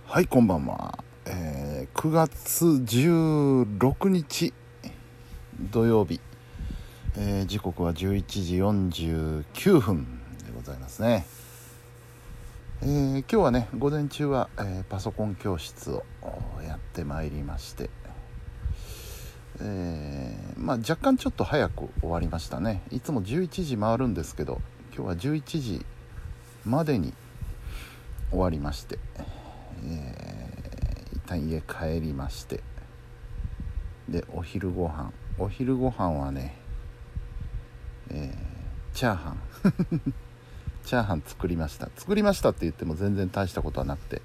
はい、こんばんは。9月16日土曜日、時刻は11時49分でございますね。今日はね、午前中は、パソコン教室をやってまいりまして、若干ちょっと早く終わりましたね。いつも11時回るんですけど、今日は11時までに終わりまして、一旦家帰りまして、でお昼ご飯はね、チャーハンチャーハン作りましたって言っても全然大したことはなくて、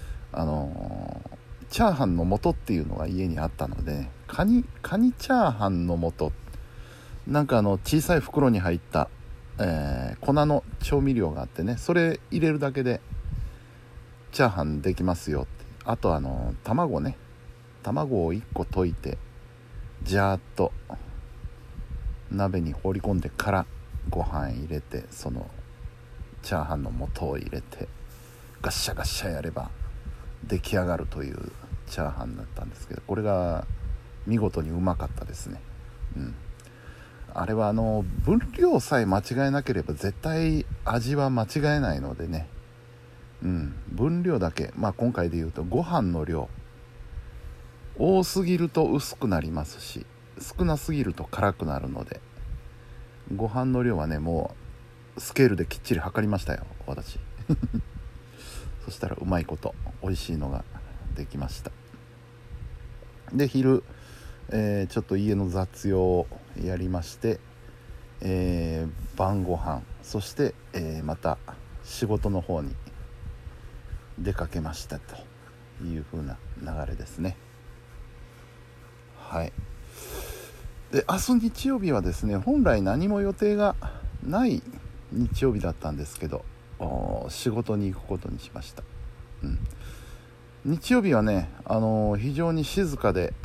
チャーハンの素っていうのが家にあったので、カニチャーハンの素、なんか小さい袋に入った、粉の調味料があってね、それ入れるだけでチャーハンできますよって。あと卵を1個溶いてジャーッと鍋に放り込んでからご飯入れて、そのチャーハンの素を入れてガッシャガッシャやれば出来上がるというチャーハンだったんですけど、これが見事にうまかったですね。あれは分量さえ間違えなければ絶対味は間違えないのでね、分量だけ、今回で言うとご飯の量、多すぎると薄くなりますし、少なすぎると辛くなるので、ご飯の量はね、もうスケールできっちり測りましたよ、私そしたらうまいこと美味しいのができました。で昼、ちょっと家の雑用をやりまして、晩ご飯、そして、また仕事の方に出かけましたという風な流れですね。はい。で明日日曜日はですね、本来何も予定がない日曜日だったんですけど、仕事に行くことにしました。日曜日はね、非常に静かで、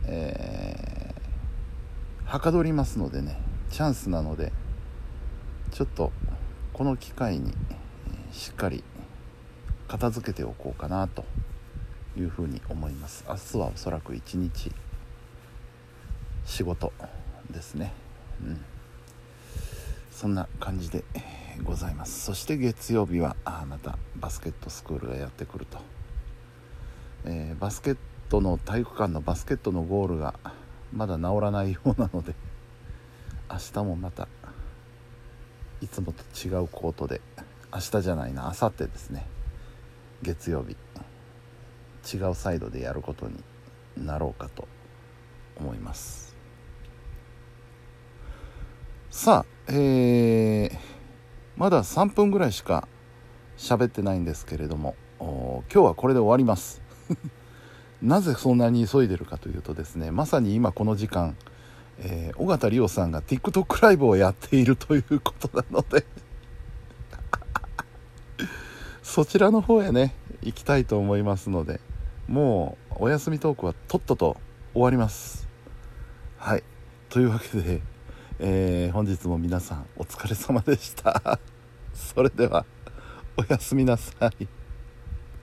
はかどりますのでね、チャンスなので、ちょっとこの機会にしっかり片付けておこうかなというふうに思います。明日はおそらく一日仕事ですね。そんな感じでございます。そして月曜日はまたバスケットスクールがやってくると、バスケットの体育館のバスケットのゴールがまだ治らないようなので、明日もまたいつもと違うコートで、明日じゃないな、明後日ですね、月曜日違うサイドでやることになろうかと思います。さあ、まだ3分ぐらいしか喋ってないんですけれども、今日はこれで終わりますなぜそんなに急いでるかというとですね、まさに今この時間、尾形理央さんが TikTok ライブをやっているということなのでそちらの方へね行きたいと思いますので、もうお休みトークはとっとと終わります。はい、というわけで、本日も皆さんお疲れ様でしたそれではおやすみなさい。